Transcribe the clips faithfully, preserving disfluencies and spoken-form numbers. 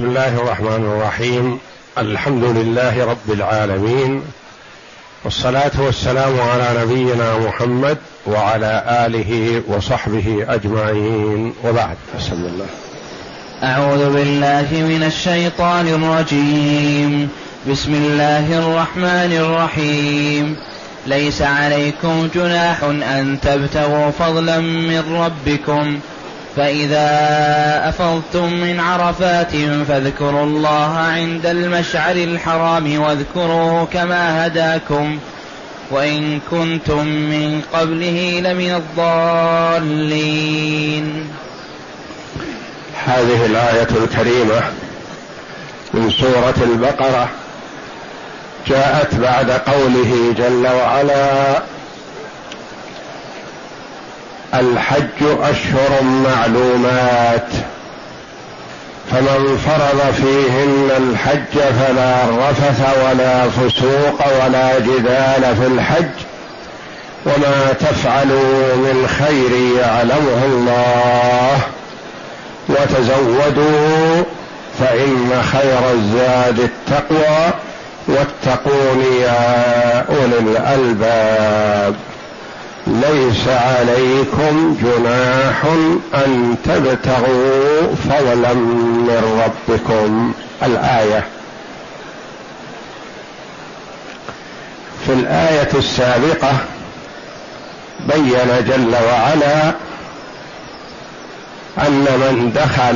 بسم الله الرحمن الرحيم. الحمد لله رب العالمين، والصلاة والسلام على نبينا محمد وعلى آله وصحبه أجمعين، وبعد. بسم الله. أعوذ بالله من الشيطان الرجيم. بسم الله الرحمن الرحيم. ليس عليكم جناح أن تبتغوا فضلا من ربكم، فإذا أفضتم من عرفات فاذكروا الله عند المشعر الحرام واذكروه كما هداكم وإن كنتم من قبله لمن الضالين. هذه الآية الكريمة من سورة البقرة جاءت بعد قوله جل وعلا: الحج أشهر معلومات، فمن فرض فيهن الحج فلا رفث ولا فسوق ولا جدال في الحج، وما تفعلوا من خير يعلمه الله، وتزودوا فإن خير الزاد التقوى واتقون يا أولي الألباب. ليس عليكم جناح أن تبتغوا فضلا من ربكم. الآية. في الآية السابقة بين جل وعلا أن من دخل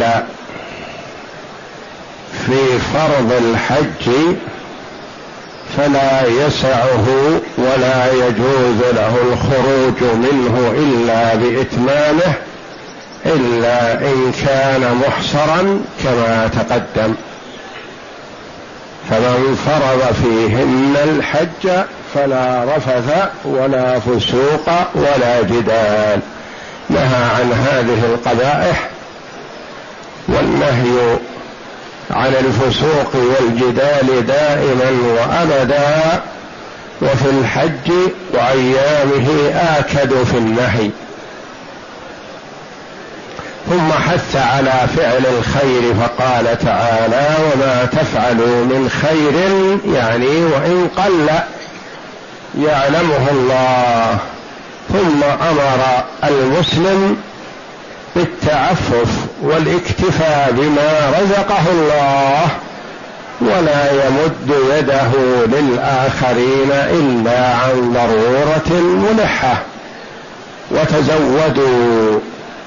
في فرض الحج فلا يسعه ولا يجوز له الخروج منه إلا بإتمامه، إلا إن كان محصرا كما تقدم. فمن فرض فيهن الحج فلا رفث ولا فسوق ولا جدال، نهى عن هذه القبائح، والنهي عن الفسوق والجدال دائما وأبدا، وفي الحج وأيامه آكد في النهي. ثم حث على فعل الخير فقال تعالى: وما تفعلوا من خير، يعني وإن قل يعلمه الله. ثم أمر المسلم بالتعفف والاكتفاء بما رزقه الله، ولا يمد يده للآخرين إلا عن ضرورة ملحة. وتزودوا.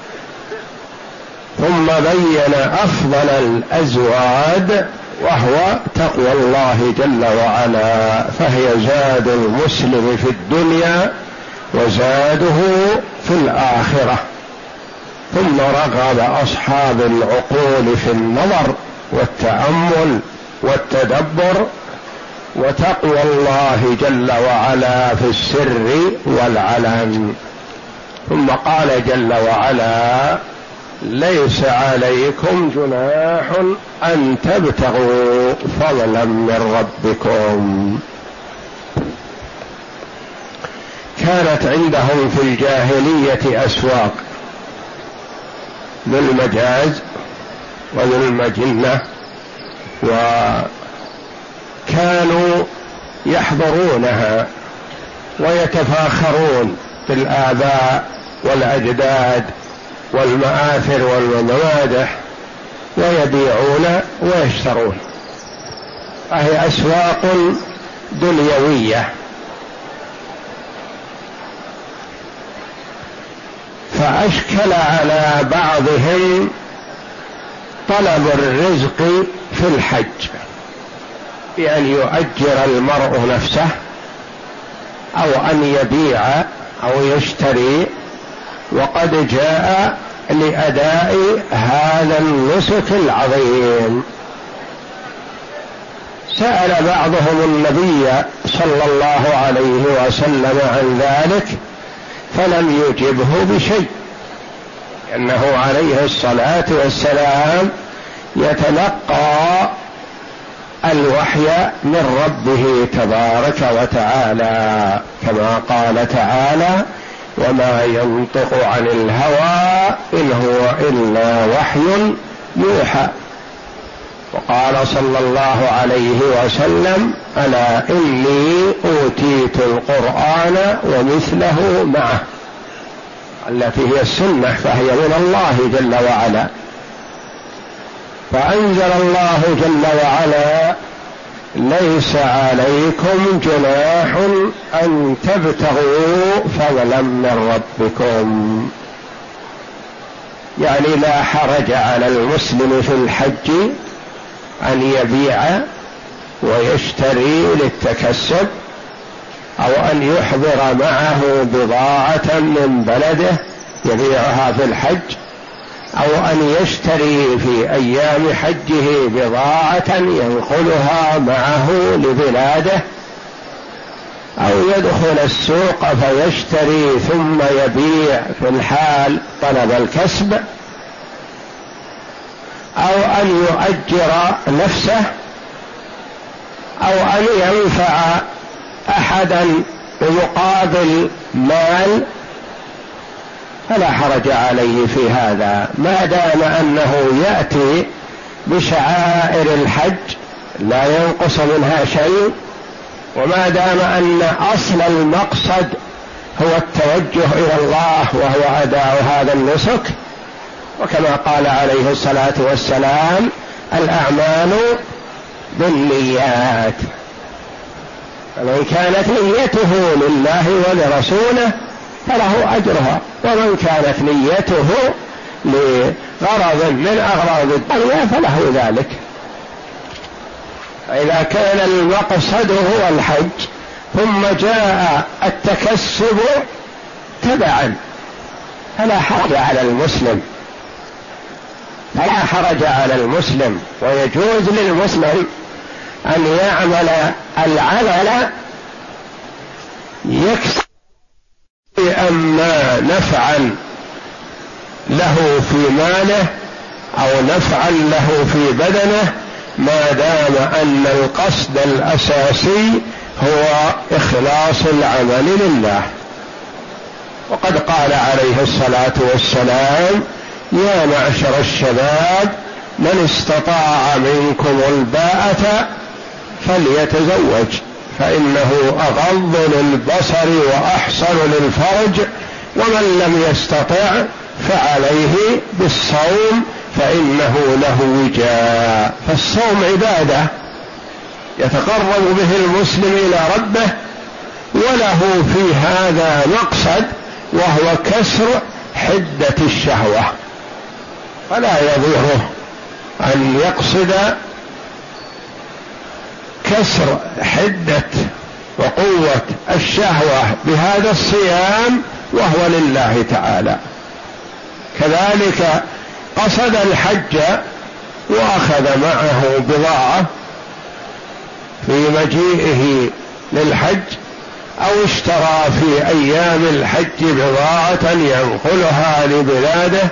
ثم بين أفضل الأزواد وهو تقوى الله جل وعلا، فهي زاد المسلم في الدنيا وزاده في الآخرة. ثم رغب أصحاب العقول في النظر والتأمل والتدبر وتقوى الله جل وعلا في السر والعلن. ثم قال جل وعلا: ليس عليكم جناح أن تبتغوا فضلا من ربكم. كانت عندهم في الجاهلية أسواق، ذو المجاز وذو المجنة، وكانوا يحضرونها ويتفاخرون بالآباء والأجداد والمآثر والممادح، ويبيعون ويشترون. فهي أسواق دنيوية. فأشكل على بعضهم طلب الرزق في الحج، بأن يؤجر المرء نفسه أو أن يبيع أو يشتري، وقد جاء لأداء هذا النسك العظيم. سأل بعضهم النبي صلى الله عليه وسلم عن ذلك فلم يجبه بشيء، لأنه عليه الصلاة والسلام يتلقى الوحي من ربه تبارك وتعالى، كما قال تعالى: وما ينطق عن الهوى إن هو إلا وحي يوحى. وقال صلى الله عليه وسلم: ألا إني أوتيت القرآن ومثله معه، التي هي السنة، فهي من الله جل وعلا. فأنزل الله جل وعلا: ليس عليكم جناح أن تبتغوا فضلا من ربكم، يعني لا حرج على المسلم في الحج أن يبيع ويشتري للتكسب، أو أن يحضر معه بضاعة من بلده يبيعها في الحج، أو أن يشتري في أيام حجه بضاعة ينقلها معه لبلاده، أو يدخل السوق فيشتري ثم يبيع في الحال طلب الكسب، أو أن يؤجر نفسه، أو أن ينفع أحدا بمقابل مال، فلا حرج عليه في هذا، ما دام أنه يأتي بشعائر الحج لا ينقص منها شيء، وما دام أن أصل المقصد هو التوجه إلى الله وهو أداء هذا النسك. وكما قال عليه الصلاة والسلام: الأعمال بالنيات، فمن كانت نيته لله ولرسوله فله أجرها، ومن كانت نيته لغرض من أغراض الدنيا فله ذلك. فإذا كان المقصد هو الحج ثم جاء التكسب تبعا فلا حرج على المسلم، فلا حرج على المسلم، ويجوز للمسلم أن يعمل العمل يكسب أما نفعا له في ماله أو نفعا له في بدنه، ما دام أن القصد الأساسي هو إخلاص العمل لله. وقد قال عليه الصلاة والسلام: يا معشر الشباب من استطاع منكم الباءة فليتزوج فإنه أغض للبصر وأحصن للفرج، ومن لم يستطع فعليه بالصوم فإنه له وجاء. فالصوم عبادة يتقرب به المسلم إلى ربه، وله في هذا مقصد وهو كسر حدة الشهوة، فلا يضيره أن يقصد كسر حدة وقوة الشهوة بهذا الصيام وهو لله تعالى. كذلك قصد الحج وأخذ معه بضاعة في مجيئه للحج، أو اشترى في أيام الحج بضاعة ينقلها لبلاده،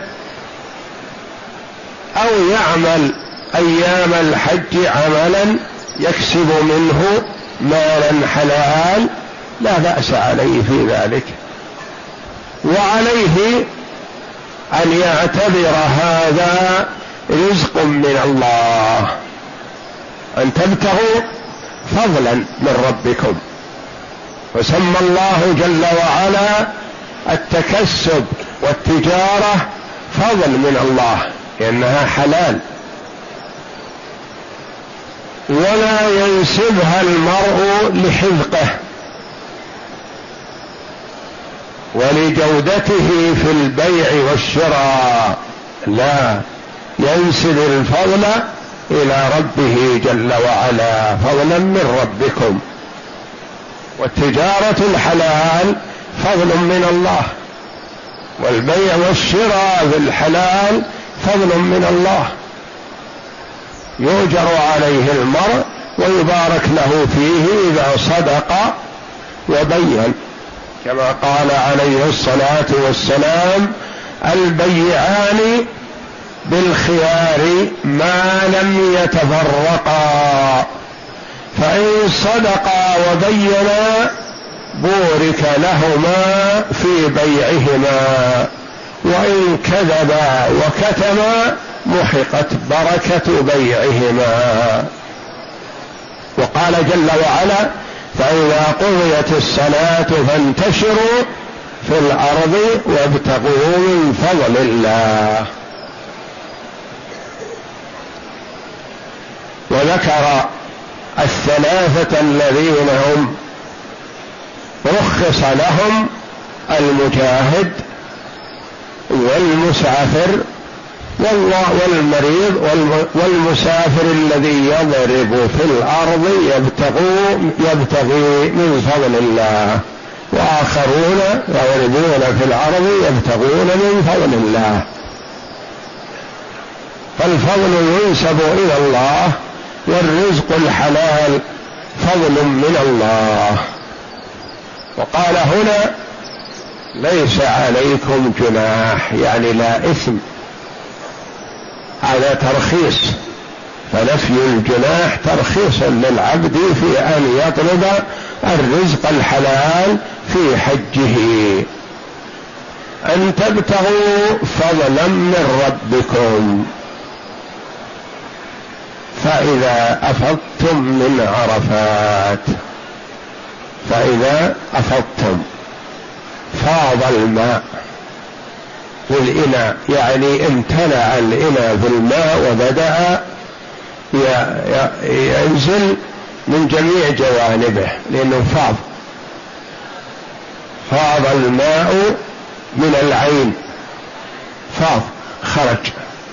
أو يعمل أيام الحج عملا يكسب منه مالا حلال، لا بأس عليه في ذلك. وعليه أن يعتبر هذا رزق من الله، أن تبتغوا فضلا من ربكم. وسمى الله جل وعلا التكسب والتجارة فضل من الله لأنها حلال، ولا ينسبها المرء لحذقه ولجودته في البيع والشراء، لا، ينسب الفضل إلى ربه جل وعلا، فضلا من ربكم. والتجارة الحلال فضل من الله، والبيع والشراء في الحلال فضل من الله، يؤجر عليه المرء ويبارك له فيه إذا صدق وبين، كما قال عليه الصلاة والسلام: البيعان بالخيار ما لم يتفرقا، فإن صدقا وبينا بورك لهما في بيعهما، وإن كذبا وكتما محقت بركة بيعهما. وقال جل وعلا: فإذا قضيت الصلاة فانتشروا في الأرض وابتغوا من فضل الله. وذكر الثلاثة الذين هم رخص لهم: المجاهد والمسافر والمريض والمسافر الذي يضرب في الأرض يبتغي, يبتغي من فضل الله، وآخرون يضربون في الأرض يبتغون من فضل الله. فالفضل ينسب إلى الله، والرزق الحلال فضل من الله. وقال هنا: ليس عليكم جناح، يعني لا إثم، هذا ترخيص، فنفي الجناح ترخيص للعبد في أن يطلب الرزق الحلال في حجه، أن تبتغوا فضلا من ربكم. فإذا أفضتم من عرفات، فإذا أفضتم فاض الماء في الإناء، يعني امتلأ الإناء بالماء وبدأ ينزل من جميع جوانبه لأنه فاض، فاض الماء من العين، فاض خرج.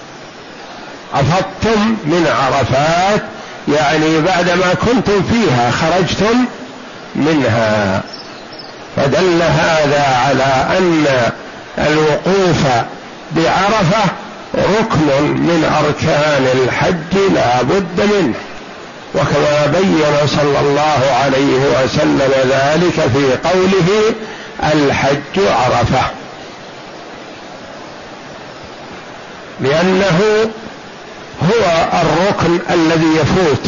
أفضتم من عرفات يعني بعدما كنتم فيها خرجتم منها. فدل هذا على أن الوقوف بعرفة ركن من أركان الحج لا بد منه، وكما بين صلى الله عليه وسلم ذلك في قوله: الحج عرفة، لأنه هو الركن الذي يفوت.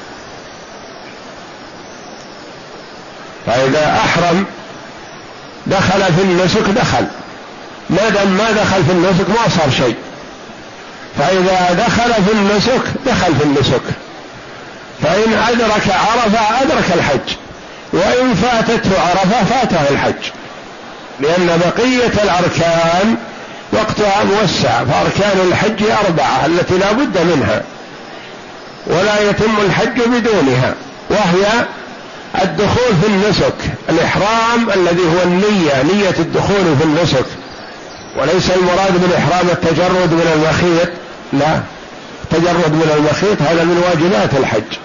فإذا أحرم دخل في النسك دخل، ما دام ما دخل في النسك ما صار شيء. فإذا دخل في النسك دخل في النسك، فإن أدرك عرفة أدرك الحج، وإن فاتته عرفة فاته الحج، لأن بقية الأركان وقتها موسع. فأركان الحج أربعة التي لا بد منها ولا يتم الحج بدونها، وهي الدخول في النسك، الإحرام الذي هو النية، نية الدخول في النسك، وليس المراد بالإحرام التجرد من المخيط، لا، التجرد من المخيط هذا من واجبات الحج.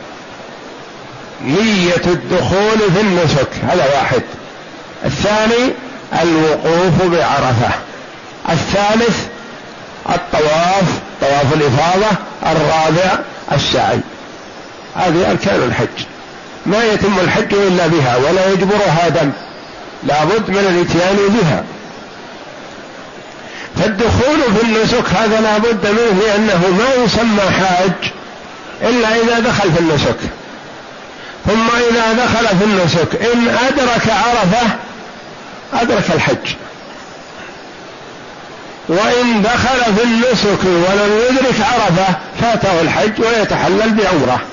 نية الدخول في النسك هذا واحد. الثاني الوقوف بعرفة. الثالث الطواف، طواف الإفاضة. الرابع السعي. هذه أركان الحج، ما يتم الحج إلا بها ولا يجبرها دم، لا بد من الاتيان بها. فالدخول في النسك هذا لا بد منه، لأنه ما يسمى حاج إلا إذا دخل في النسك. ثم إذا دخل في النسك إن أدرك عرفة أدرك الحج، وإن دخل في النسك ولم يدرك عرفة فاته الحج ويتحلل بعمره.